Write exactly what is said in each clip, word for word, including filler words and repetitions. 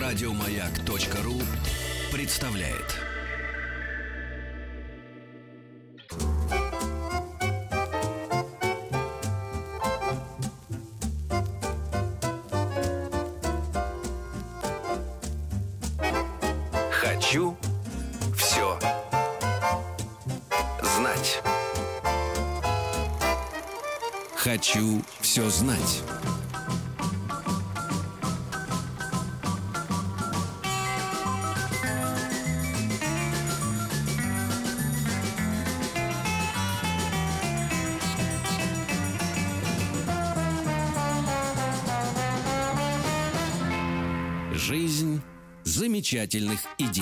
Радиомаяк.ру представляет. Хочу все знать. Хочу все знать. Жизнь замечательных идей.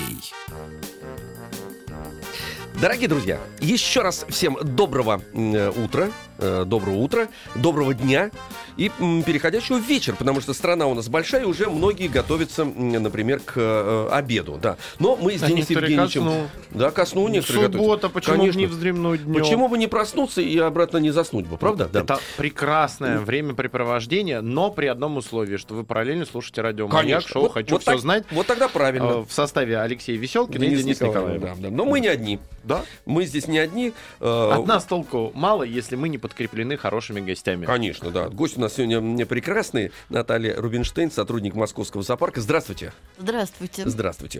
Дорогие друзья, еще раз всем доброго э, утра, э, доброго утра, доброго дня и м, переходящего в вечер, потому что страна у нас большая, и уже многие готовятся, м, например, к э, обеду, да. Но мы с а Денисом Евгеньевичем... Ко сну. Да, ко сну некоторые Суббота, готовятся. почему Конечно. бы не вздремнуть днем? Почему бы не проснуться и обратно не заснуть бы, правда? Да. Это прекрасное времяпрепровождение, но при одном условии, что вы параллельно слушаете радио «Маяк», шоу вот, «Хочу вот все так, знать». Вот тогда правильно. В составе Алексея Веселкина Денис и Денис Николаев. Николаев. Да, да. Но мы не одни. Да? Мы здесь не одни. От нас толку мало, если мы не подкреплены хорошими гостями. Конечно, да. Гости у нас сегодня прекрасные. Наталья Рубинштейн, сотрудник Московского зоопарка. Здравствуйте. Здравствуйте. Здравствуйте.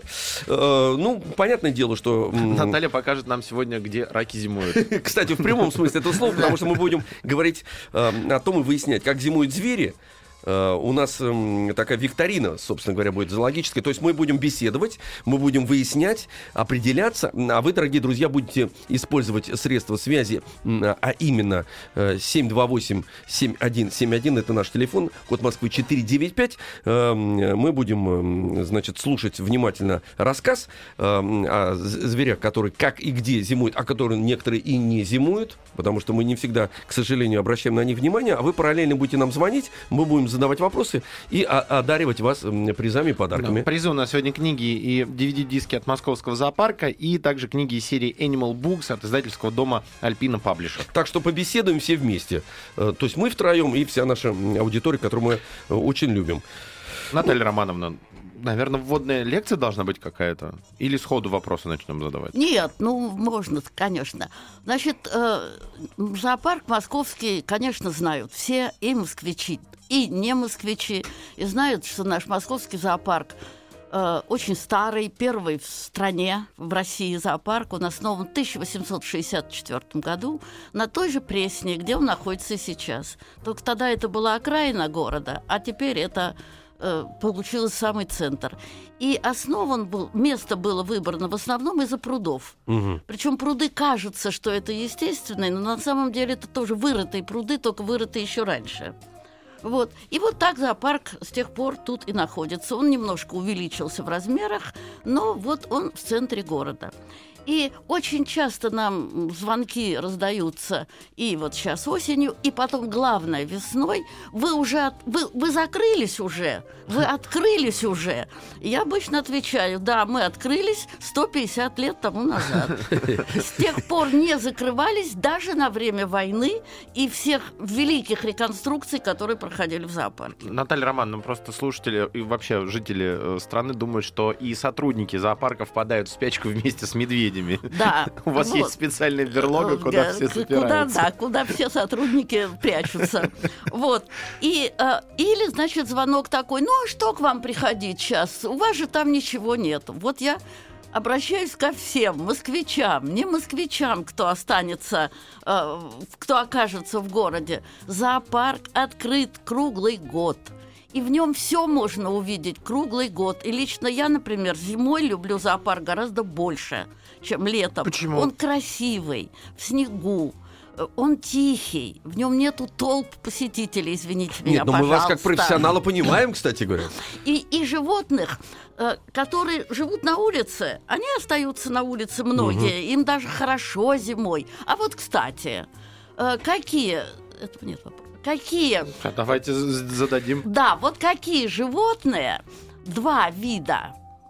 Э, ну, понятное дело, что... Наталья покажет нам сегодня, где раки зимуют. Кстати, в прямом смысле этого слова, потому что мы будем говорить э, о том и выяснять, как зимуют звери. Uh, у нас um, такая викторина, собственно говоря, будет зоологическая. То есть мы будем беседовать, мы будем выяснять, определяться. А вы, дорогие друзья, будете использовать средства связи, а именно uh, семь два восемь семь один семь один. Это наш телефон, код Москвы четыре девять пять. Uh, мы будем, uh, значит, слушать внимательно рассказ uh, о зверях, которые как и где зимуют, а которые некоторые и не зимуют, потому что мы не всегда, к сожалению, обращаем на них внимание. А вы параллельно будете нам звонить, мы будем задавать вопросы и одаривать вас призами и подарками. Да, призы у нас сегодня книги и ди ви ди-диски от Московского зоопарка и также книги из серии Animal Books от издательского дома Alpina Publisher. Так что побеседуем все вместе. То есть мы втроем и вся наша аудитория, которую мы очень любим. Наталья Романовна, наверное, вводная лекция должна быть какая-то? Или сходу вопросы начнем задавать? Нет, ну, можно, конечно. Значит, э, зоопарк московский, конечно, знают все, и москвичи, и не москвичи, и знают, что наш московский зоопарк э, очень старый, первый в стране, в России зоопарк. Он основан в тысяча восемьсот шестьдесят четвёртом году на той же Пресне, где он находится сейчас. Только тогда это была окраина города, а теперь это... получилось самый центр. И основан был, место было выбрано в основном из-за прудов. Угу. Причем пруды, кажется, что это естественные, но на самом деле это тоже вырытые пруды, только вырытые еще раньше. Вот. И вот так зоопарк с тех пор тут и находится. Он немножко увеличился в размерах, но вот он в центре города. И очень часто нам звонки раздаются и вот сейчас осенью, и потом, главное, весной. Вы уже от, вы, вы закрылись уже, вы открылись уже. Я обычно отвечаю: да, мы открылись сто пятьдесят лет тому назад. С тех пор не закрывались даже на время войны и всех великих реконструкций, которые проходили в зоопарке. Наталья Романовна, просто слушатели и вообще жители страны думают, что и сотрудники зоопарка впадают в спячку вместе с медведями. Да. У вас вот. Есть специальная берлога, куда все собираются. Куда, да, куда все сотрудники прячутся. Вот. И, э, или, значит, звонок такой: ну, а что к вам приходить сейчас? У вас же там ничего нет. Вот я обращаюсь ко всем москвичам, не москвичам, кто останется, э, кто окажется в городе. Зоопарк открыт круглый год. И в нем все можно увидеть круглый год. И лично я, например, зимой люблю зоопарк гораздо больше, чем летом. Почему? Он красивый, в снегу. Он тихий, в нем нету толп посетителей, извините меня, Нет, но пожалуйста. мы вас как профессионала понимаем, кстати говоря. И, и животных, э, которые живут на улице, они остаются на улице многие, угу. Им даже хорошо зимой. А вот, кстати, э, какие... Это нет вопроса. Какие... Давайте зададим. Да, вот какие животные, два вида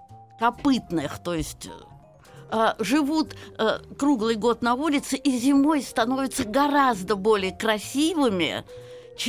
копытных, то есть... живут э, круглый год на улице и зимой становятся гораздо более красивыми, чем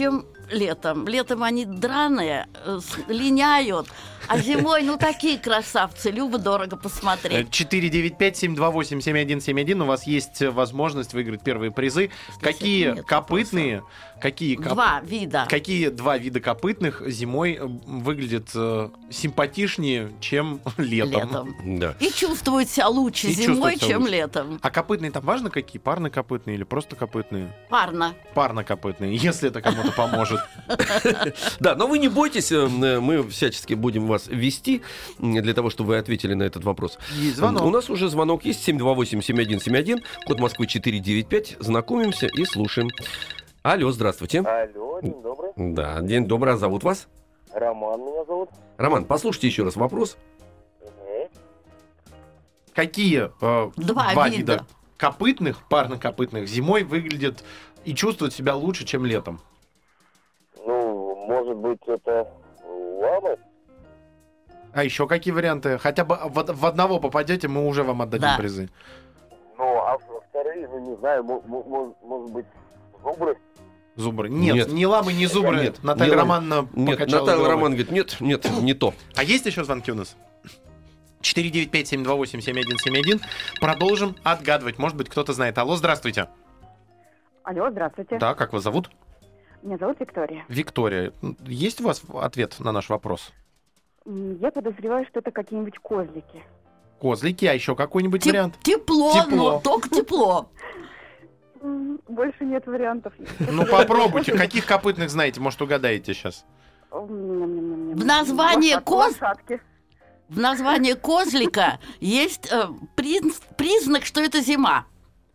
летом. Летом они драные, э, с- линяют, а зимой, ну, такие красавцы, любо-дорого посмотреть. четыре девять пять семь два восемь семь один семь один. У вас есть возможность выиграть первые призы. Какие нет копытные, какие, коп- Два вида. какие два вида копытных зимой э, выглядят э, симпатичнее, чем летом? Летом. Да. И чувствуют себя лучше И зимой, чувствуют себя чем лучше. летом. А копытные там важно какие? Парно-копытные или просто копытные? Парно. Парно-копытные, если это кому-то поможет. Да, но вы не бойтесь, э, мы всячески будем вас вести м, для того, чтобы вы ответили на этот вопрос. Есть звонок. У нас уже звонок есть, семь два восемь семь один семь один, код Москвы четыре девять пять. Знакомимся и слушаем. Алло, здравствуйте. Алло, день добрый. Да, день добрый, а зовут вас? Роман меня зовут. Роман, послушайте еще раз вопрос. Мгм. Какие э, Два два вида. вида копытных, парно-копытных зимой выглядят и чувствуют себя лучше, чем летом? Ну, может быть, это ламы? А еще какие варианты? Хотя бы в, в одного попадете, мы уже вам отдадим Да. призы. Ну, а вторые, ну, не знаю, мо- мо- мо- может быть, зубры? Зубры. Нет, Нет. ни ламы, ни зубры. Нет, Наталья не ламы. Романовна Нет, покачала Наталья головой. Роман говорит, нет, нет, не то. А есть еще звонки у нас? четыре девять пять семь два восемь семь один семь один. Продолжим отгадывать. Может быть, кто-то знает. Алло, здравствуйте. Алло, здравствуйте. Да, как вас зовут? Меня зовут Виктория. Виктория. Есть у вас ответ на наш вопрос? М, Я подозреваю, что это какие-нибудь козлики. Козлики, а еще какой-нибудь Теп- вариант? Тепло, Тепло. но только тепло. М, Больше нет вариантов. Ну, попробуйте. Каких копытных знаете? Может, угадаете сейчас? В В названии коз- Лошадки. В названии козлика есть э, приз- признак, что это зима.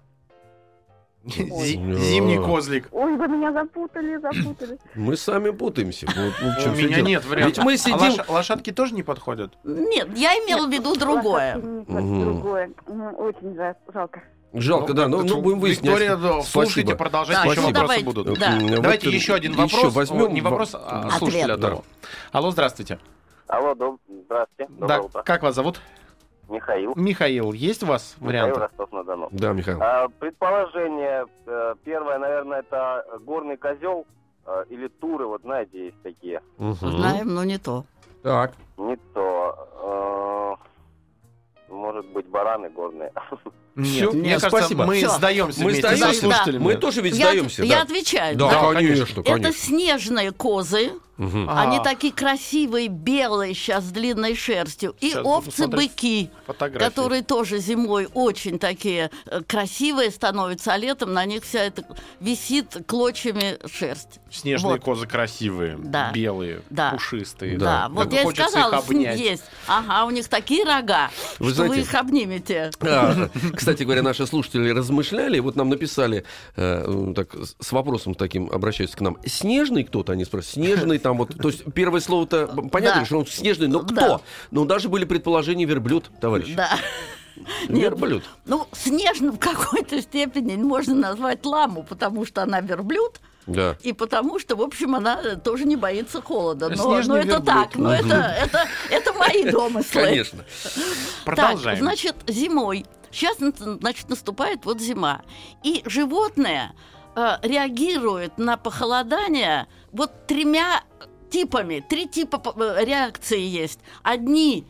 Зи- Зимний козлик. Ой, вы меня запутали, запутали. Мы сами путаемся. Вот, ну, в У чем всё меня дело. нет вариантов. Ведь мы А сидим... лош- лошадки тоже не подходят? Нет, я имела в виду другое. Лошадки не под- Мгм. Другое. М, Очень жа- жалко. Жалко, да, ну, ну, будем выяснять. Виктория, да, слушайте, Спасибо. продолжайте, Да, еще ну, вопросы давайте. будут. Да. М, вот, Давайте э, еще один еще вопрос. возьмем. О, не вопрос, а Ответ. слушателя одного. Алло, здравствуйте. Алло, доб... здравствуйте. Доброе Да, утро. как вас зовут? Михаил. Михаил, есть у вас Михаил, варианты? Ростов-на-Дону. Да, Михаил. А, предположение. э, Первое, наверное, это горный козел э, или туры, вот знаете, есть такие. Мгм. Знаем, но не то. Так. Не то. э, Может быть, бараны горные. Нет, Всё, мне нет, кажется, спасибо. мы Всё. сдаемся Мы вместе со сдаемся. слушателями. Мы тоже ведь Я, сдаемся, я да. отвечаю. Да, Да, конечно, Это конечно. снежные козы. Мгм. А, Они такие красивые, белые сейчас, с длинной шерстью. И Сейчас буду овцы-быки, фотографии. которые тоже зимой очень такие э, красивые становятся, а летом на них вся эта висит клочьями шерсть. Снежные Вот. козы красивые, Да. белые, Да. пушистые. Да, вот Так я и хочется сказала, их обнять. есть. Ага, у них такие рога, Вы что знаете- вы их обнимете. А, кстати говоря, наши слушатели размышляли, вот нам написали, э, так, с с вопросом таким, обращаются к нам, снежный кто-то, они спрашивают, снежный там вот, то есть первое слово-то понятно, Да. что он снежный, но кто? Да. Ну, даже были предположения верблюд, товарищ. Да. Нет, Верблюд. ну, снежным в какой-то степени можно назвать ламу, потому что она верблюд, Да. и потому что, в общем, она э, тоже не боится холода. Но, Снежный но это верблюд. так, но это, это, это мои домыслы. Конечно. Продолжаем. Так, значит, зимой. Сейчас, значит, наступает вот зима. И животное э, реагирует на похолодание вот тремя типами. Три типа по- э, реакции есть. Одни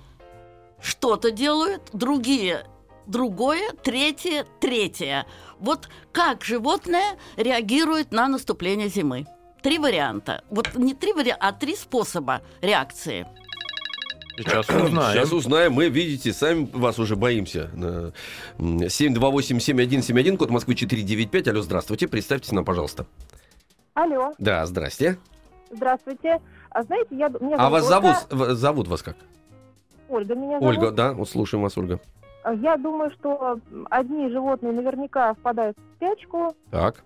что-то делают, другие другое, третье третье. Вот как животное реагирует на наступление зимы? Три варианта. Вот не три варианта, а три способа реакции. Сейчас узнаем. Сейчас узнаем. Мы, видите, сами вас уже боимся. На, м, семь два восемь семь один семь один, код Москвы четыре девять пять. Алло, здравствуйте. Представьте нам, пожалуйста. Алло, Да, здрасте. здравствуйте. А знаете, я... Меня А вас Ольга. зовут, в- зовут вас как? Ольга меня зовут. Ольга, да? Вот слушаем вас, Ольга. Я думаю, что одни животные наверняка впадают в спячку, Так.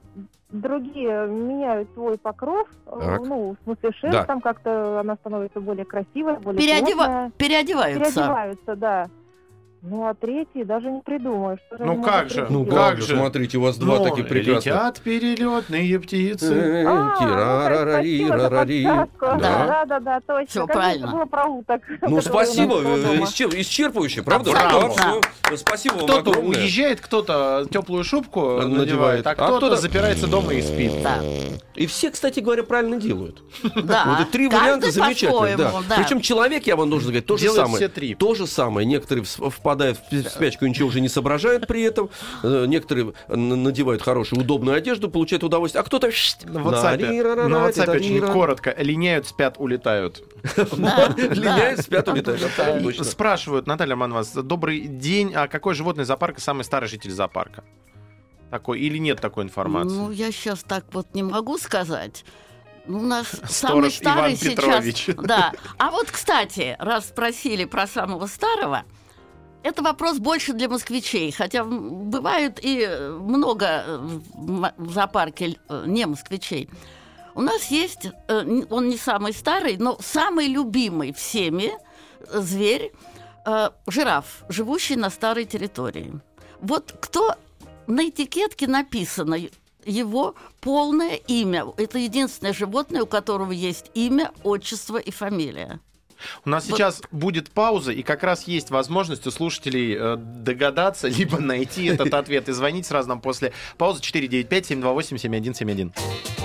другие меняют свой покров, э, Так. ну, в смысле шерсть, Да. там как-то она становится более красивой, более Переодева- плотная. Переодеваются. Переодеваются, да. Ну, а третий даже не придумаю. Что же Ну, они как могут же? третий Ну делать? как как же, же? смотрите, у вас два Ну, таких прекрасных. летят перелетные птицы. А, спасибо за подсказку. Да. Да, да, да, точно. Всё Как правильно. будто было про уток. Ну, которые у нас спасибо, было э, дома. исчер- исчерпывающе, правда? браво. Да, всё. Спасибо вам Кто-то огромное. уезжает, кто-то теплую шубку Надевает. надевает, а А кто-то кто-то- запирается дома и спит. Да. И все, кстати говоря, правильно делают. Да. Вот и три Каждый варианта замечательных. Да. по-своему, да. Причем человек, я вам должен сказать, то же Делает самое. все три. То же самое. Некоторые вс- впадают в спячку и ничего уже не соображают при этом. Э, Некоторые н- надевают хорошую, удобную одежду, получают удовольствие. А кто-то... На WhatsApp, на WhatsApp очень коротко. Линяют, спят, улетают. Да, Линяют, да. спят, улетают. Абсолютно точно. Спрашивают, Наталья Романовна, вас, добрый день, а какой животное зоопарка самый старый житель зоопарка? Такой или нет такой информации? Ну, я сейчас так вот не могу сказать. У нас самый Сторож старый Иван сейчас... Петрович. Да. А вот, кстати, раз спросили про самого старого, это вопрос больше для москвичей. Хотя м, бывают и много э, в м- в зоопарке э, не москвичей. У нас есть, э, н- он не самый старый, но самый любимый всеми э, зверь э, жираф, живущий на старой территории. Вот кто на этикетке написано его полное имя. Это единственное животное, у которого есть имя, отчество и фамилия. У нас Вот. сейчас будет пауза, и как раз есть возможность у слушателей э, догадаться, либо найти этот ответ и звонить сразу нам после паузы четыре девять пять семь два восемь семь один семь один.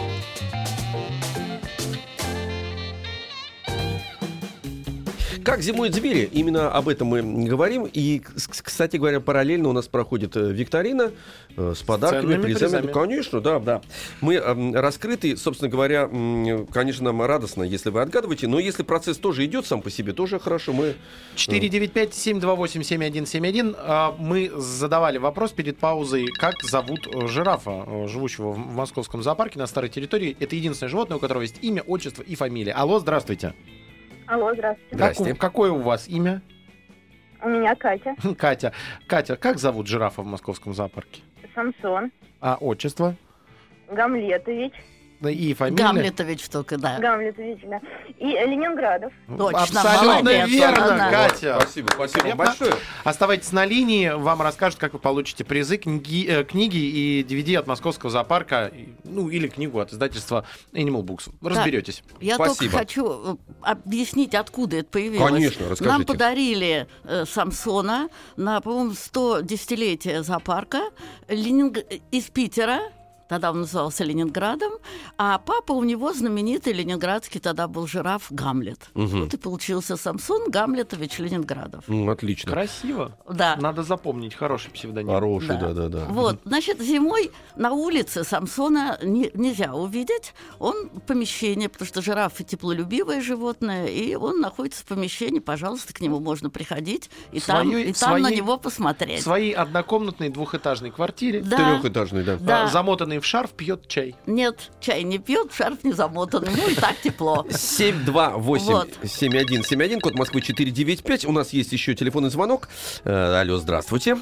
Как зимуют звери? Именно об этом мы говорим. И, с- кстати говоря, параллельно у нас проходит э, викторина э, с подарками, ценными призами. призами. Да, конечно, да, да. Мы э, раскрыты, собственно говоря, м, конечно, нам радостно, если вы отгадываете. Но если процесс тоже идет сам по себе, тоже хорошо. Мы четыре девять пять семь два восемь семь один семь один. А, Мы задавали вопрос перед паузой, как зовут э, жирафа, э, живущего в в московском зоопарке на старой территории. Это единственное животное, у которого есть имя, отчество и фамилия. Алло, здравствуйте. Алло, здравствуйте. Здрасте. Как у- какое у вас имя? У меня Катя. Катя. Катя, как зовут жирафа в московском зоопарке? Самсон. А отчество? Гамлетович. Да и фамилия? Гамлетович только, да. Гамлетович, да. И э, Ленинградов. Точно, Абсолютно молодец, верно, она. Катя. Спасибо, спасибо вам Понятно? большое. Оставайтесь на линии, вам расскажут, как вы получите призы, книги, э, книги и ди ви ди от московского зоопарка, и- ну или книгу от издательства Animal Books. Разберетесь. Я Спасибо. только хочу э, объяснить, откуда это появилось. Конечно, расскажите. Нам подарили э, Самсона на, по-моему, сто десятилетие зоопарка Ленинг... из Питера. Тогда он назывался Ленинградом. А папа у него знаменитый ленинградский тогда был жираф Гамлет. Мгм. Вот и получился Самсон Гамлетович Ленинградов. М, Отлично. Красиво. Да. Надо запомнить, хороший псевдоним. Хороший, Да. да, да, да. Вот, значит, зимой на улице Самсона не- нельзя увидеть. Он в помещении, потому что жирафы теплолюбивое животное, и он находится в помещении. Пожалуйста, к нему можно приходить и там, Своей- и там на своей- него В посмотреть. своей однокомнатной двухэтажной квартире, Да. Трехэтажный, да. Да. а, замотанный в шарф, пьет чай. Нет, чай не пьет, шарф не замотан. Ему и так тепло. семь два восемь Вот. семь один семь один, код Москвы четыре девять пять. У нас есть еще телефонный звонок. Э, алло, здравствуйте.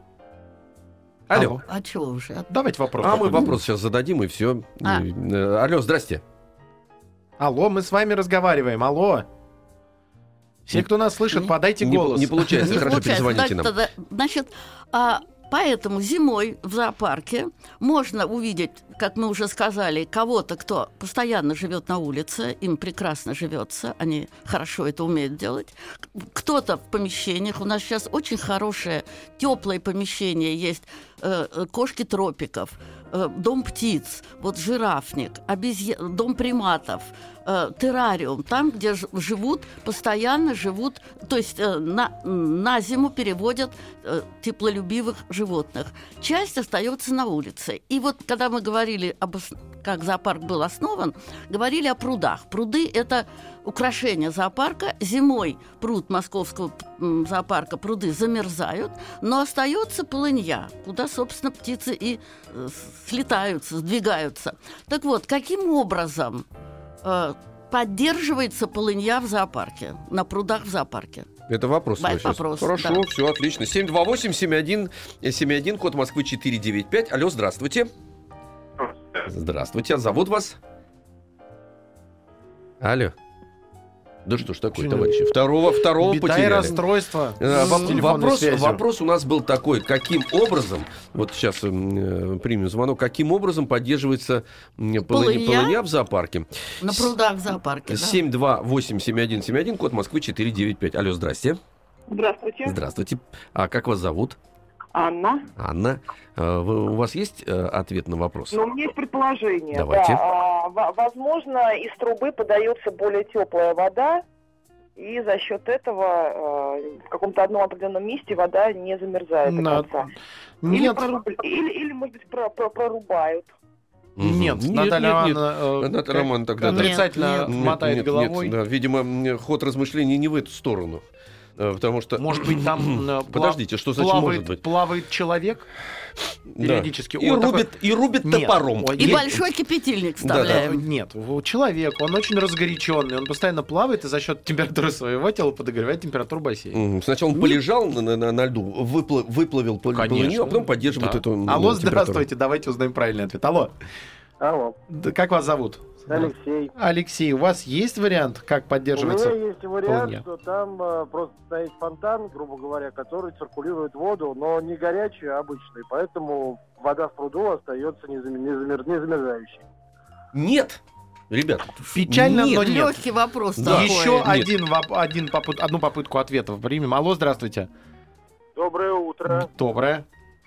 Алло. А чего уже? Давайте вопрос. А мы какой-нибудь. вопрос сейчас зададим, и все. А. Алло, здрасте. Алло, мы с вами разговариваем. Алло. Все, кто нас слышит, Не- подайте Не, голос. не получается, Не хорошо, получается. перезвоните Так, нам. тогда, значит, а, поэтому зимой в зоопарке можно увидеть, как мы уже сказали, кого-то, кто постоянно живет на улице, им прекрасно живется, они хорошо это умеют делать. Кто-то в помещениях, у нас сейчас очень хорошее, теплое помещение есть, э, э, кошки тропиков, э, дом птиц, вот жирафник, обезья... дом приматов, э, террариум, там, где ж- живут, постоянно живут, то есть э, на, на зиму переводят э, теплолюбивых животных. Часть остается на улице. И вот когда мы говорили, об, ос- как зоопарк был основан, говорили о прудах. Пруды – это украшение зоопарка. Зимой пруд московского м, зоопарка, пруды замерзают, но остается полынья, куда, собственно, птицы и э, слетаются, сдвигаются. Так вот, каким образом э, поддерживается полынья в зоопарке, на прудах в зоопарке? Это вопрос. Бай, у вас сейчас. вопрос, Хорошо, да. все отлично. семь два восемь семь один семь один, код Москвы четыре девять пять. Алло, здравствуйте. Здравствуйте, а зовут вас? Алло. Да что ж такое, Почему? товарищи? Второго, второго Беда и потеряли. расстройство Э, с воп- телефонной Вопрос, связью. вопрос у нас был такой, каким образом, вот сейчас э, примем звонок, каким образом поддерживается м, полыня, Полынья? полыня в зоопарке? На прудах в зоопарке. да. семь два восемь семь один семь один, код Москвы четыре девять пять. Алло, здрасте. Здравствуйте. Здравствуйте. А как вас зовут? Анна. Анна. Э, вы- у вас есть э, ответ на вопрос? Ну, у меня есть предположение. Давайте. Да, а, во- возможно, из трубы подается более теплая вода, и за счет этого э, в каком-то одном определенном месте вода не замерзает до На- конца. Или, Нет, проруб- или, или, может быть, про- про- прорубают. Мгм. нет, Наталья Романовна, э, Наталья как- Романовна тогда... да. отрицательно Нет, Нет, мотает нет, головой. нет, да, видимо, м, ход размышлений не в эту сторону. Э, Потому что... Может быть, там э, Подождите, что значит плавает, может быть? плавает человек Да. периодически. И Он такой- рубит, и рубит Нет. топором. Ой, И есть- большой кипятильник Да, да. вставляем. Нет, в- человек, он очень разгоряченный, он постоянно плавает и за счет температуры своего тела подогревает температуру бассейна. Мгм. Сначала он полежал на, на- на льду, выпла- выплавил пол- Конечно. полынью, а потом поддерживает Да. эту м, Алло, температуру. здравствуйте, давайте узнаем правильный ответ. Алло, Алло, да как вас зовут? Алексей. Алексей, у вас есть вариант, как У поддерживается? меня есть вариант, полынья? что там э, просто стоит фонтан, грубо говоря, который циркулирует воду, но не горячую, а обычную, поэтому вода в пруду остается не, зам- не замер- не замерзающей. Нет, ребят, Печально, нет. но нет. Легкий вопрос Да. такой. Еще Нет. один, воп- один попыт- одну попытку ответа примем. Алло, здравствуйте. Доброе утро. Доброе.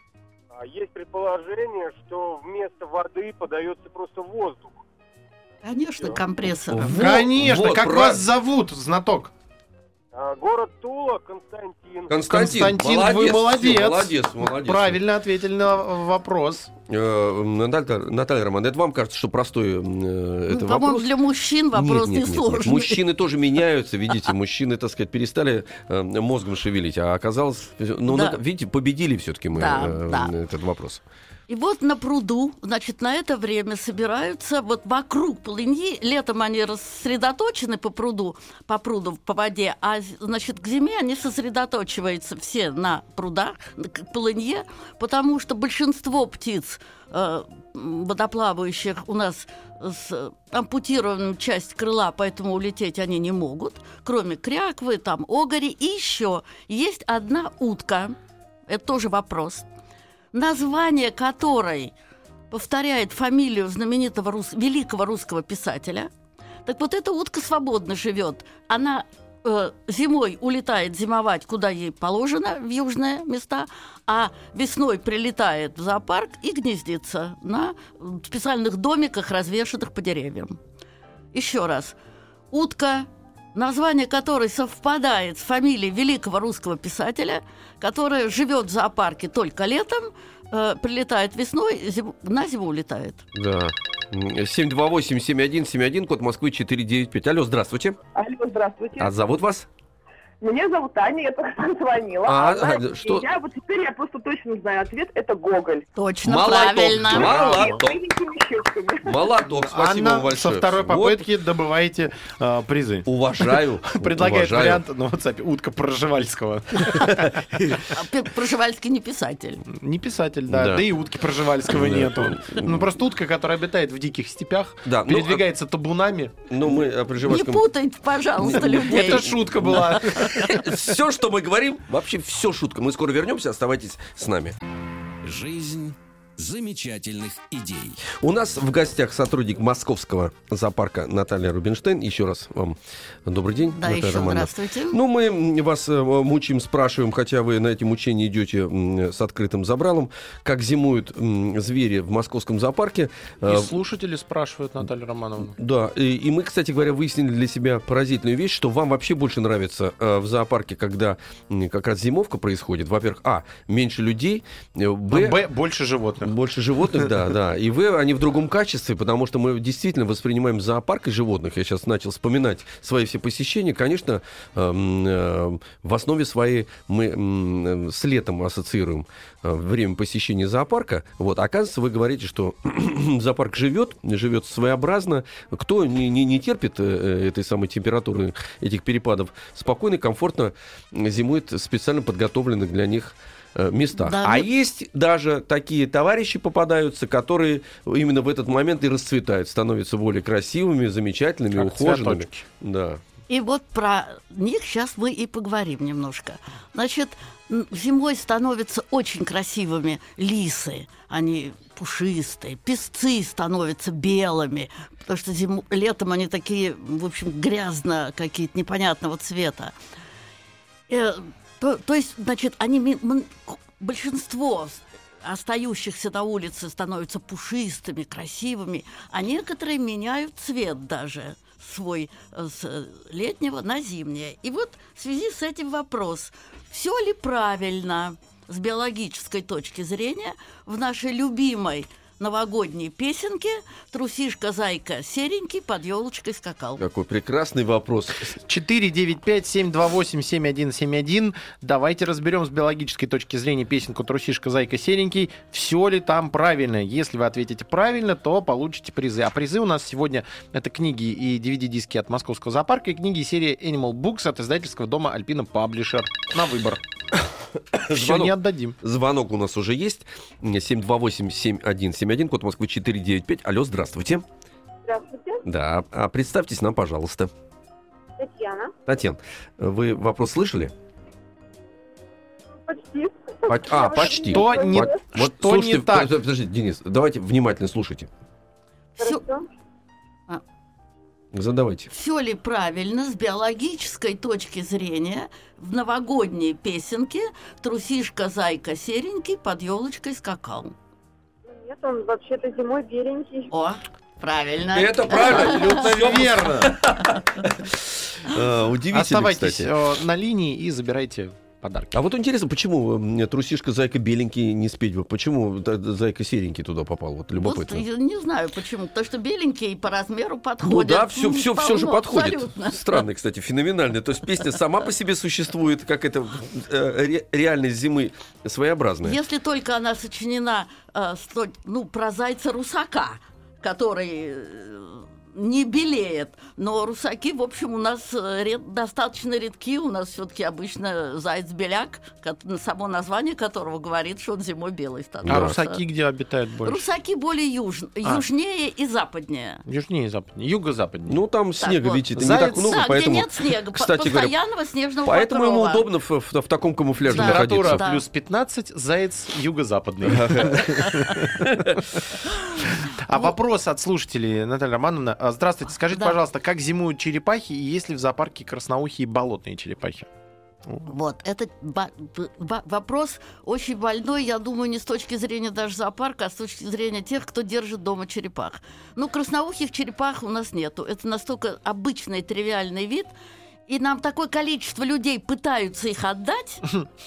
Есть предположение, что вместо воды подается просто воздух. Конечно, компрессором. Вот, Конечно, вот, как прав- вас зовут, знаток? А, город Тула, Константин. Константин, Константин, вы молодец. всё, молодец, молодец. Правильно ответили на вопрос. Э, Наталья, Наталья Романовна, это вам кажется, что простой э, это Ну, по-моему, вопрос? для мужчин вопрос Нет, нет, нет, нет. несложный. Мужчины тоже меняются, видите, мужчины, так сказать, перестали э, мозгом шевелить, а оказалось, ну, Да. ну, видите, победили все-таки мы Да, э, да. этот вопрос. И вот на пруду, значит, на это время собираются вот вокруг полыньи. Летом они рассредоточены по пруду, по пруду, по воде, а, значит, к зиме они сосредоточиваются все на прудах, к полынье, потому что большинство птиц э, водоплавающих у нас с ампутированным часть крыла, поэтому улететь они не могут, кроме кряквы, там, огори. И еще есть одна утка, это тоже вопрос, название которой повторяет фамилию знаменитого рус... великого русского писателя. Так вот, эта утка свободно живет. Она э, зимой улетает зимовать, куда ей положено, в южные места, а весной прилетает в зоопарк и гнездится на специальных домиках, развешанных по деревьям. Еще раз. Утка, название которой совпадает с фамилией великого русского писателя, которая живет в зоопарке только летом, э, прилетает весной, зим- на зиму улетает. Да. семь два восемь семь один семь один, код Москвы четыре девять пять. Алло, здравствуйте. Алло, здравствуйте. А зовут вас? Меня зовут Аня, я только что звонила. А, знаете, а, что? Я вот теперь я просто точно знаю ответ. Это Гоголь. Точно, Молоток. правильно. Молоток. Маленькими щечками. Молоток, спасибо вам Анна, большое. со второй Вот, попытки добываете э, призы. уважаю. Предлагает уважаю. вариант на WhatsApp утка Проживальского. А Пе- Пржевальский не писатель. Не писатель, да. Да. Да и утки Проживальского Да. нету. Ну, просто утка, которая обитает в диких степях, Да, ну, передвигается табунами. Ну, мы о Не Пржевальском... путайте, пожалуйста, людей. Это шутка была. Все, что мы говорим, вообще все шутка. Мы скоро вернемся, оставайтесь с нами. Жизнь замечательных идей. У нас в гостях сотрудник Московского зоопарка Наталья Рубинштейн. Еще раз вам добрый день, Да, Наталья еще Романовна. здравствуйте. Ну, мы вас э, мучаем, спрашиваем, хотя вы на эти мучения идете м, с открытым забралом, как зимуют м, звери в Московском зоопарке. И Э, слушатели спрашивают, Наталья Романовна. Да, и, и мы, кстати говоря, выяснили для себя поразительную вещь, что вам вообще больше нравится э, в зоопарке, когда м, как раз зимовка происходит. Во-первых, а, меньше людей, э, б, Б, больше животных. больше животных, да, да. И в, они в другом качестве, потому что мы действительно воспринимаем зоопарк и животных. Я сейчас начал вспоминать свои все посещения. Конечно, эм, э, в основе своей мы м, с летом ассоциируем э, время посещения зоопарка. Вот, оказывается, вы говорите, что зоопарк живет, живет своеобразно. Кто не, не, не терпит э, этой самой температуры, этих перепадов, спокойно и комфортно зимует в специально подготовленных для них э, местах. Да, а ну- есть даже такие товарищи попадаются, которые именно в этот момент и расцветают, становятся более красивыми, замечательными, Как ухоженными. цветочки. Да. И вот про них сейчас мы и поговорим немножко. Значит, зимой становятся очень красивыми лисы. Они пушистые. Песцы становятся белыми, потому что зиму, летом они такие, в общем, грязно какие-то непонятного цвета. Э, то, то есть, значит, они большинство остающихся на улице становятся пушистыми, красивыми, а некоторые меняют цвет даже свой с летнего на зимнее. И вот в связи с этим вопрос, все ли правильно с биологической точки зрения в нашей любимой новогодней песенке «Трусишка, зайка, серенький, под елочкой скакал». Какой прекрасный вопрос. четыре девять пять семь два восемь семь один семь один. Давайте разберем с биологической точки зрения песенку «Трусишка, зайка, серенький». Все ли там правильно? Если вы ответите правильно, то получите призы. А призы у нас сегодня это книги и ди ви ди-диски от Московского зоопарка и книги серии Animal Books от издательского дома Alpina Publisher. На выбор. Все не отдадим. Звонок у нас уже есть. семь два восемь семь один семь один, код Москвы четыре девять пять. Алло, здравствуйте. Здравствуйте. Да, а представьтесь нам, пожалуйста. Татьяна. Татьяна, вы вопрос слышали? Почти. По- а, почти. Что не, Вот, вот что слушайте, не так? Подождите, Денис, давайте внимательно слушайте. Всё- Хорошо. Задавайте. Все ли правильно с биологической точки зрения в новогодней песенке «Трусишка, зайка, серенький, под елочкой скакал»? Нет, он вообще-то зимой беленький. О, правильно. Это правильно, Абсолютно верно. А, Удивительно, Оставайтесь кстати. э, на линии и забирайте подарки. А вот интересно, почему м, трусишка, зайка, беленький не спеть бы? Почему та- зайка серенький туда попал? Вот Вот, любопытно. я не знаю почему, потому что беленькие по размеру подходят. Ну да, все, все, все же Полно, подходит. абсолютно. Странно, кстати, феноменально. То есть песня сама по себе существует, как это э, ре- реальность зимы своеобразная. Если только она сочинена э, с той- ну, про зайца-русака, который э, не белеет. Но русаки, в общем, у нас э, ред- достаточно редки. У нас все-таки обычно заяц-беляк, ко- само название которого говорит, что он зимой белый становится. А русаки где обитают больше? Русаки более юж... А. южнее и западнее. Южнее и западнее. Юго-западнее. Ну, там снега, вот. видите, не Заяц- так много, да, поэтому... где нет снега, кстати говоря, постоянного снежного Поэтому ему покрова. удобно в, в- в таком камуфляже Да. Температура находиться. Да. плюс пятнадцать, заяц юго-западный. А вопрос от слушателей, Наталья Романовна. А, Здравствуйте, скажите, Да. пожалуйста, как зимуют черепахи и есть ли в зоопарке красноухие болотные черепахи? Вот, это ба- б- ба- вопрос очень больной, я думаю, не с точки зрения даже зоопарка, а с точки зрения тех, кто держит дома черепах. Ну, красноухих черепах у нас нету. Это настолько обычный, тривиальный вид, и нам такое количество людей пытаются их отдать,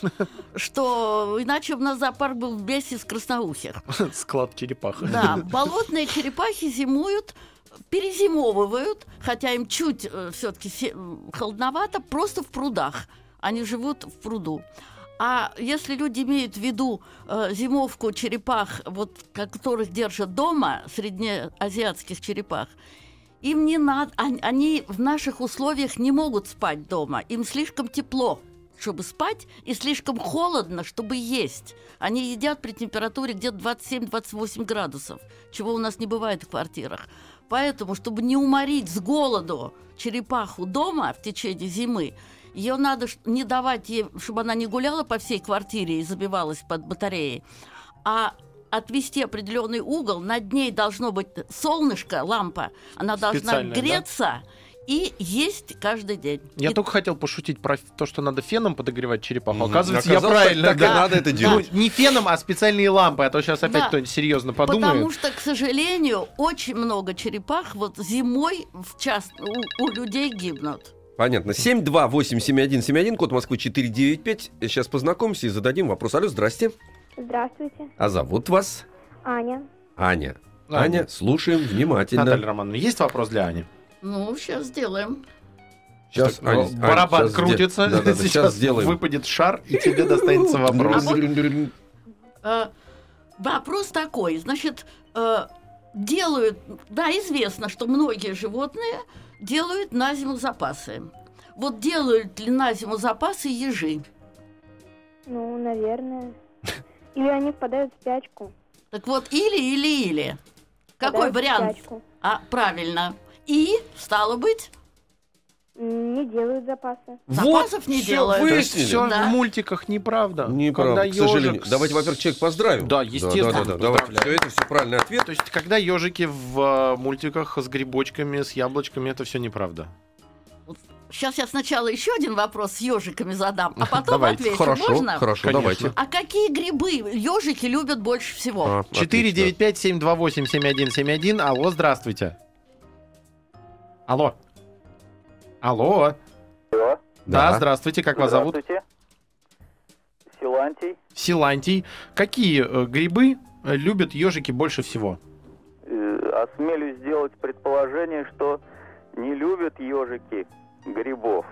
что иначе у нас зоопарк был вместе с красноухих. Склад черепах. Да, болотные черепахи зимуют, перезимовывают, хотя им чуть все-таки холодновато, просто в прудах. Они живут в пруду. А если люди имеют в виду э, зимовку черепах, вот, которых держат дома, среднеазиатских черепах, им не надо, они, они в наших условиях не могут спать дома. Им слишком тепло, чтобы спать, и слишком холодно, чтобы есть. Они едят при температуре где-то двадцать семь - двадцать восемь градусов, чего у нас не бывает в квартирах. Поэтому, чтобы не уморить с голоду черепаху дома в течение зимы, ее надо не давать ей, чтобы она не гуляла по всей квартире и забивалась под батареей, а отвести определенный угол, над ней должно быть солнышко, лампа, она должна Специальная, греться и есть каждый день. Я И- только хотел пошутить про то, что надо феном подогревать черепаху. Мгм. Оказывается, я Оказалось, правильно. так и да. надо это делать. Ну, не феном, а специальные лампы, а то сейчас опять Да. кто-нибудь серьезно Потому подумает. что, к сожалению, очень много черепах вот зимой в час у, у людей гибнут. Понятно. семь два восемь семь один семь один, код Москвы четыре девять пять. Сейчас познакомимся и зададим вопрос. Алло, здрасте. Здравствуйте. А зовут вас? Аня. Аня. Аня. Аня, слушаем внимательно. Наталья Романовна, есть вопрос для Ани? Ну, сейчас сделаем. Сейчас, Так, Аня, ну, Аня, барабан сейчас крутится, сде- да-да-да, сейчас сейчас сделаем. выпадет шар, и тебе достанется вопрос. Э, Вопрос такой, значит, э, делают, да, известно, что многие животные делают на зиму запасы. Вот делают ли на зиму запасы ежи? Ну, наверное. Или они впадают в спячку. Так вот, или, или, или. Какой Впадают в вариант? спячку. А, правильно. И, стало быть, Не делают запасы. Запасов не всё делают. То есть выяснили. все Да. в мультиках неправда. Неправда, Когда к сожалению. ёжик с- Давайте, во-первых, человек поздравим. Да, естественно. Да, да, да, давайте. Поздравляю. Все это все правильный ответ. То есть, когда ежики в э, мультиках с грибочками, с яблочками, это все неправда. Сейчас я сначала еще один вопрос с ежиками задам, а потом Давайте. отвечу. Хорошо, Можно? хорошо, Конечно. давайте. А какие грибы ежики любят больше всего? А, четыре отлично. девять пять семь два восемь семь один семь один. Алло, здравствуйте. Алло. Алло. Да, Да. здравствуйте, как вас зовут? Здравствуйте. Силантий. Силантий. Какие э, грибы э, любят ежики больше всего? Э, Осмелюсь сделать предположение, что не любят ежики грибов.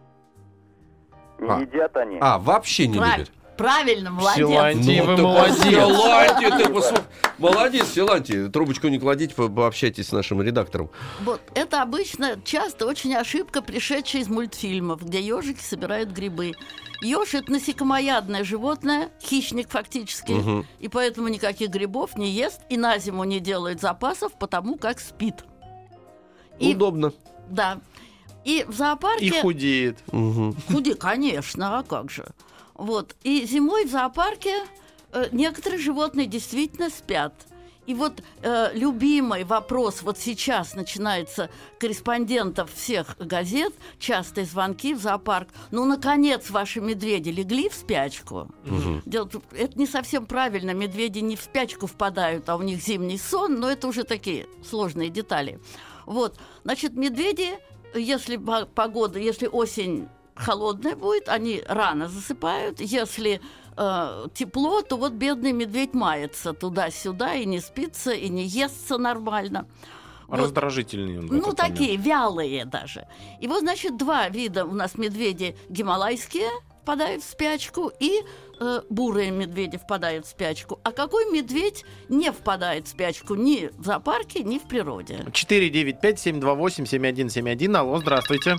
Не А. едят они. А, вообще не Прав- любит. Правильно, молодец. Силантий, вы ты молодец. Силантий, ты посмотри. Молодец, Силантий. Трубочку не кладите, по- пообщайтесь с нашим редактором. Вот это обычно часто очень ошибка, пришедшая из мультфильмов, где ежики собирают грибы. Еж — это насекомоядное животное, хищник фактически, Мгм. и поэтому никаких грибов не ест и на зиму не делает запасов, потому как спит. И, Удобно. да. И в зоопарке... И худеет. Мгм. Худи, конечно, а как же. Вот. И зимой в зоопарке э, некоторые животные действительно спят. И вот э, любимый вопрос, вот сейчас начинается корреспондентов всех газет, частые звонки в зоопарк. Ну, наконец, ваши медведи легли в спячку. Мгм. Дело в том, это не совсем правильно, медведи не в спячку впадают, а у них зимний сон, но это уже такие сложные детали. Вот, значит, медведи, если по- погода, если осень холодная будет, они рано засыпают. Если э, тепло, то вот бедный медведь мается туда-сюда и не спится, и не естся нормально. Вот. Раздражительный он в Ну, этот такие, момент. вялые даже. И вот, значит, два вида у нас медведи гималайские впадают в спячку, и э, бурые медведи впадают в спячку. А какой медведь не впадает в спячку ни в зоопарке, ни в природе? четыре девять пять семь два восемь семь один семь один. Алло, здравствуйте.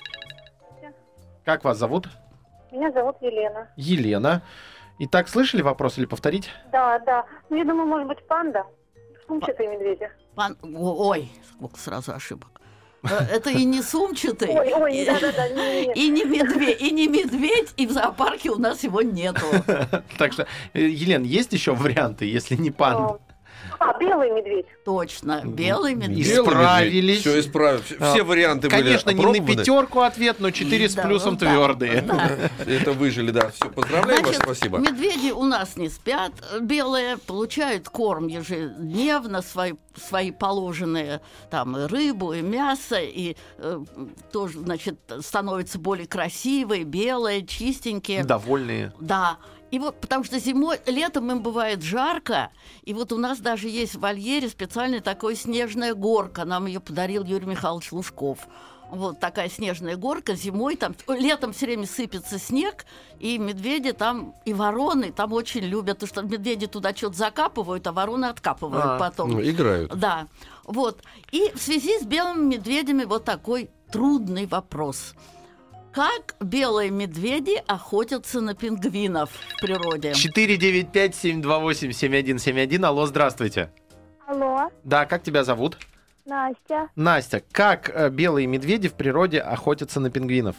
Как вас зовут? Меня зовут Елена. Елена. Итак, слышали вопрос или повторить? Да, да. Ну, я думаю, может быть, панда. Сумчатые медведи. Пан- О- Ой, сколько сразу ошибок. Э, Это и не сумчатый, Ой, ой, и- да-да-да, не-не-не. и не медведь, и не медведь, и в зоопарке у нас его нету. Так что, э, Елен, есть еще варианты, если не панда? А, белый медведь. Точно, белый медведь. Белый Исправились. Все исправили. Все А, варианты Конечно, были не на опробованы. пятерку ответ, но четыре с Да, плюсом вот да, твердые. да. Это выжили, да. Все, поздравляем вас, Значит, спасибо. медведи у нас не спят, э, белые, получают корм ежедневно, свои, свои положенные, там, и рыбу, и мясо, и э, тоже, значит, становятся более красивые, белые, чистенькие. Довольные. Да. И вот, потому что зимой, летом им бывает жарко, и вот у нас даже есть в вольере специальная такая снежная горка, нам ее подарил Юрий Михайлович Лужков. Вот такая снежная горка, зимой там, летом все время сыпется снег, и медведи там, и вороны там очень любят, потому что медведи туда что-то закапывают, а вороны откапывают А, потом. Ну, играют. Да, вот. И в связи с белыми медведями вот такой трудный вопрос. Как белые медведи охотятся на пингвинов в природе? четыре девять пять семь два восемь семь один семь один. Алло, здравствуйте. Алло, Да, как тебя зовут? Настя. Настя, как э, белые медведи в природе охотятся на пингвинов?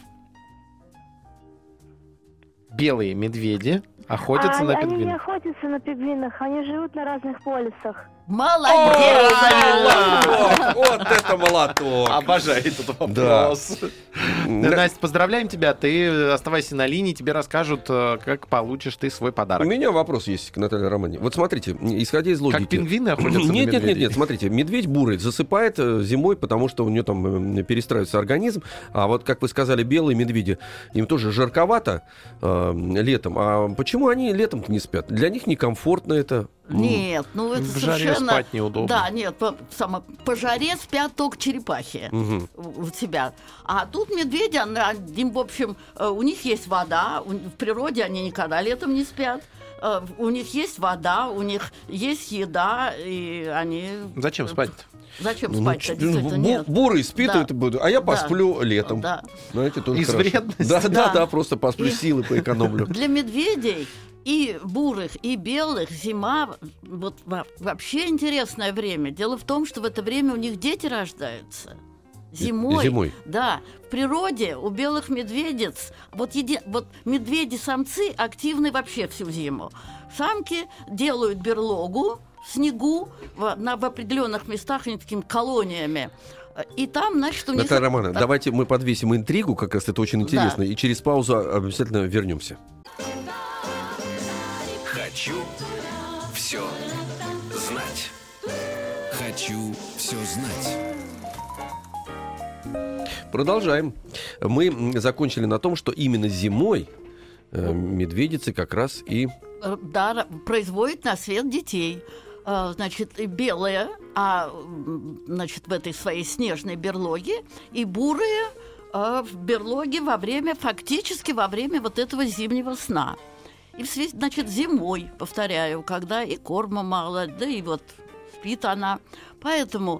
Белые медведи охотятся А, на они не пингвинов. охотятся на пингвинах, они живут на разных полюсах. Молодец! Молоток! Вот это молоток! Обожаю этот Да. вопрос. Настя, поздравляем тебя. Ты оставайся на линии, тебе расскажут, э, как получишь ты свой У подарок. меня вопрос есть к Наталье Романовне. Вот смотрите, исходя из логики... Как пингвины охотятся на Нет, нет, нет, медведей? нет, смотрите, медведь бурый засыпает э, зимой, потому что у него там э, перестраивается организм, а вот, как вы сказали, белые медведи, им тоже жарковато э, летом, а почему они летом-то не спят? Для них некомфортно это. Нет, ну это В жаре совершенно... спать неудобно. Да, нет, по, само, по жаре спят только черепахи Мгм. у себя. А тут медведи, они, им, в общем, э, у них есть вода, у- в природе они никогда летом не спят. Э, У них есть вода, у них есть еда, и они... Зачем спать? Зачем Ну, спать-то, ч- действительно, бу- нет. бурый спит, Да. это буду, а я Да. посплю летом. Да. Знаете, тоже Из хорошо. вредности? Да, да, Да. да, просто посплю, И- силы поэкономлю. Для медведей и бурых, и белых зима вот во- вообще интересное время. Дело в том, что в это время у них дети рождаются. Зимой, Зимой. да, в природе у белых медведиц вот, еди, вот медведи-самцы активны вообще всю зиму. Самки делают берлогу в снегу в, на, в определенных местах, они такими колониями. И там, значит, у них... Наталья Романовна, так. давайте мы подвесим интригу, как раз это очень интересно, Да. и через паузу обязательно вернемся. Хочу все знать. Хочу все знать. Продолжаем. Мы м, закончили на том, что именно зимой э, медведицы как раз и... Э, Да, производят на свет детей. Э, Значит, и белые, а м, значит, в этой своей снежной берлоге, и бурые э, в берлоге во время, фактически во время вот этого зимнего сна. И в связи, значит, зимой, повторяю, когда и корма мало, да и вот спит она. Поэтому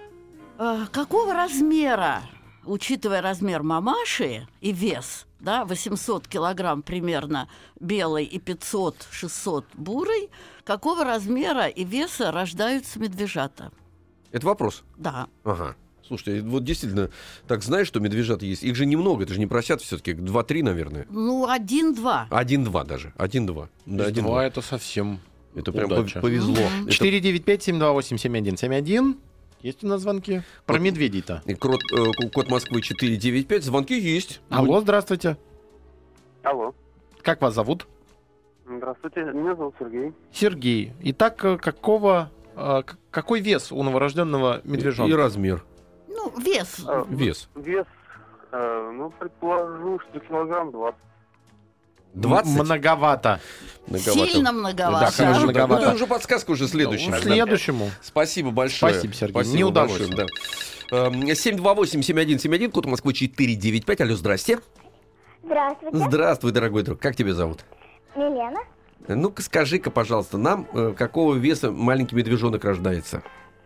э, какого размера, учитывая размер мамаши и вес, да, восемьсот килограмм примерно белой и пятьсот-шестьсот бурой, какого размера и веса рождаются медвежата? Это вопрос? Да. Ага. Слушайте, вот действительно, так знаешь, что медвежата есть? Их же немного, это же не просят все-таки, два-три, наверное. Ну, один-два. Один-два даже, один-два. Да, Из один-два. два это совсем Это прям удача. пов- повезло. Это- четыре девять пять семь два восемь семь один семь один. Есть у нас звонки? Про Вот. медведей-то. И Крот, э, код Москвы четыре девять пять, звонки есть. Алло, здравствуйте. Алло. Как вас зовут? Здравствуйте, меня зовут Сергей. Сергей. Итак, э, какого, э, к- какой вес у новорожденного И медвежонка? размер, Ну, вес. А, вес. Вес, э, ну, предположу, что килограмм двадцать. двадцать? Многовато. Многовато. Сильно Да, многовато. Сильно хорошо. многовато. Это уже подсказка уже следующая. Ну, Да. следующему. Спасибо большое. Спасибо, Сергей. Спасибо Не удалось. большое, да. Эм, семь два восемь семь один семь один, код Москвы четыре девять пять. Алло, здрасте. Здравствуйте, Здравствуй, дорогой друг. Как тебя зовут? Милена. Ну-ка, скажи-ка, пожалуйста, нам, э, какого веса маленький медвежонок рождается?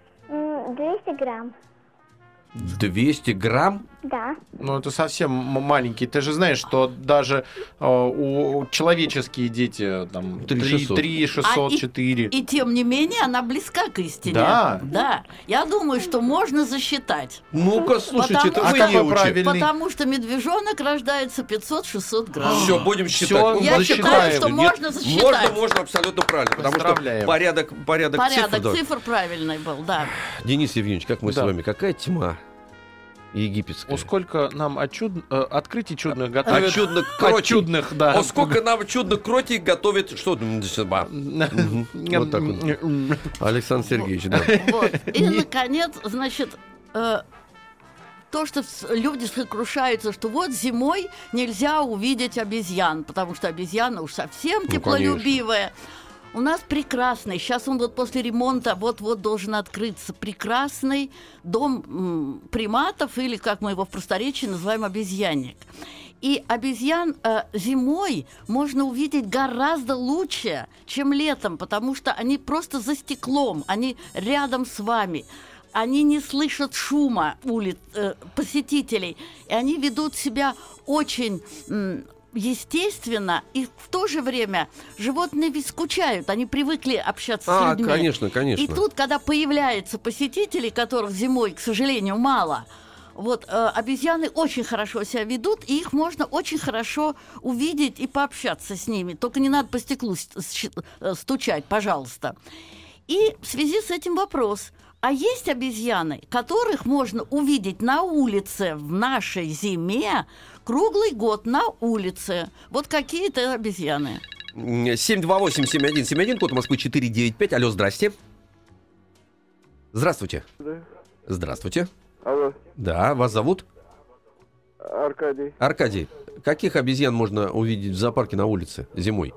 М, двести грамм. двести грамм? Да. Ну, это совсем м- маленький. Ты же знаешь, что даже э, у человеческие дети там три три шестьсот. три шестьсот, А и- четыре. И тем не менее она близка к истине. Да. Да. Я думаю, что можно засчитать. Ну-ка, слушайте, Потому- это А вы какой не учи. правильный? Потому что медвежонок рождается пятьсот-шестьсот грамм. Все, будем Всё, считать. Я засчитаем. считаю, что Нет, можно засчитать. Можно, можно, абсолютно правильно. Потому что Поздравляем. порядок, порядок, Порядок цифр, да. цифр правильный был, да. Денис Евгеньевич, как мы Да. с вами, какая тьма египетская. О, сколько нам от чуд- э, открытий чудных А готовят. чудных От кротей. чудных, да. О, сколько нам чудных кротей готовит... Что? Мгм. Вот так вот. Александр Сергеевич, да. Вот. И, наконец, значит, э, то, что с- люди сокрушаются, что вот зимой нельзя увидеть обезьян, потому что обезьяна уж совсем Ну, теплолюбивая. У нас прекрасный, сейчас он вот после ремонта вот-вот должен открыться, прекрасный дом м, приматов, или, как мы его в просторечии называем, обезьянник. И обезьян э, зимой можно увидеть гораздо лучше, чем летом, потому что они просто за стеклом, они рядом с вами. Они не слышат шума улиц, э, посетителей, и они ведут себя очень м, естественно, и в то же время животные ведь скучают, они привыкли общаться с А, людьми. конечно, конечно. И тут, когда появляются посетители, которых зимой, к сожалению, мало, вот э, обезьяны очень хорошо себя ведут, и их можно очень хорошо увидеть и пообщаться с ними. Только не надо по стеклу с- с- э, стучать, пожалуйста. И в связи с этим вопрос. А есть обезьяны, которых можно увидеть на улице в нашей зиме круглый год на улице? Вот какие это обезьяны? семь два восемь семь один семь один, код Москвы четыре девять пять. Алло, здрасте. Здравствуйте. Да. Здравствуйте. Алло, Да, вас зовут? Аркадий. Аркадий. Каких обезьян можно увидеть в зоопарке на улице зимой?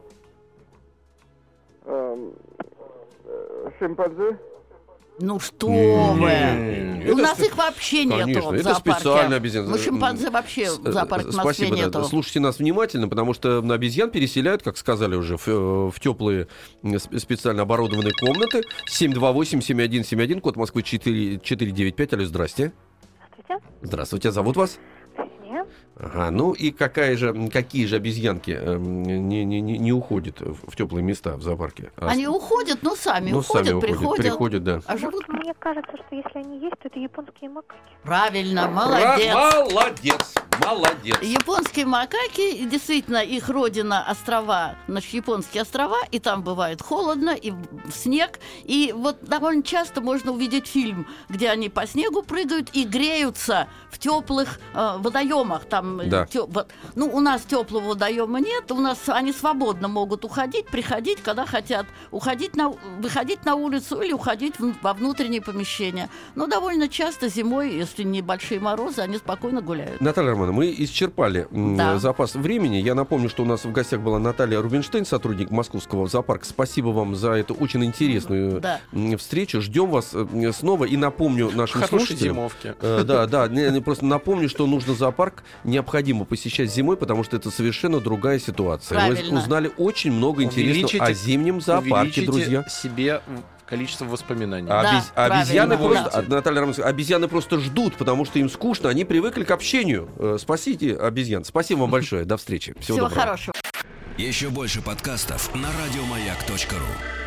Эм, э, шимпанзе? Ну что Не, вы! не, У это нас спе- их вообще нету Конечно, в это зоопарке. специальные обезьяны. Ну, шимпанзе вообще С- в зоопарке в Москве Спасибо, да. нету. Слушайте нас внимательно, потому что на обезьян переселяют, как сказали уже, в, э, в теплые э, сп- специально оборудованные комнаты. семь два восемь семь один семь один, код Москвы четыре девять пять. Алло, здрасте. Здравствуйте. Здравствуйте, зовут вас? Ксения. Ага, ну и какая же, какие же обезьянки э, не, не, не, не уходят в, в теплые места в зоопарке? А Они уходят, но сами ну, уходят, сами уходят, приходят. приходят, да. А живут... Вот мне кажется, что если они есть, то это японские макаки. Правильно, молодец. Молодец, молодец. Японские макаки, действительно, их родина острова, значит, японские острова, и там бывает холодно, и снег. И вот довольно часто можно увидеть фильм, где они по снегу прыгают и греются в теплых э, водоемах. Там, Да. тё- вот, ну, у нас теплого водоема нет, у нас они свободно могут уходить, приходить, когда хотят, уходить на, выходить на улицу или уходить в- во внутренние помещения. Но довольно часто зимой, если небольшие морозы, они спокойно гуляют. Наталья Романовна, мы исчерпали м, Да. запас времени. Я напомню, что у нас в гостях была Наталья Рубинштейн, сотрудник Московского зоопарка. Спасибо вам за эту очень интересную Да. м, встречу. Ждем вас э, снова. И напомню нашим Хорошей слушателям... зимовки. Э, да, да, не- не, просто напомню, что нужно зоопарк необходимо посещать зимой, потому что это совершенно другая ситуация. Правильно. Мы узнали очень много интересного Увеличите- о зимнем зоопарке, Увеличите друзья. себе количество воспоминаний. А Да, обез- а обезьяны правильно, просто, да. а, Наталья Романовна, обезьяны просто ждут, потому что им скучно, они привыкли к общению. Э, Спасите обезьян. Спасибо вам большое. До встречи. Всего, Всего доброго. хорошего. Еще больше подкастов на радиомаяк точка ру.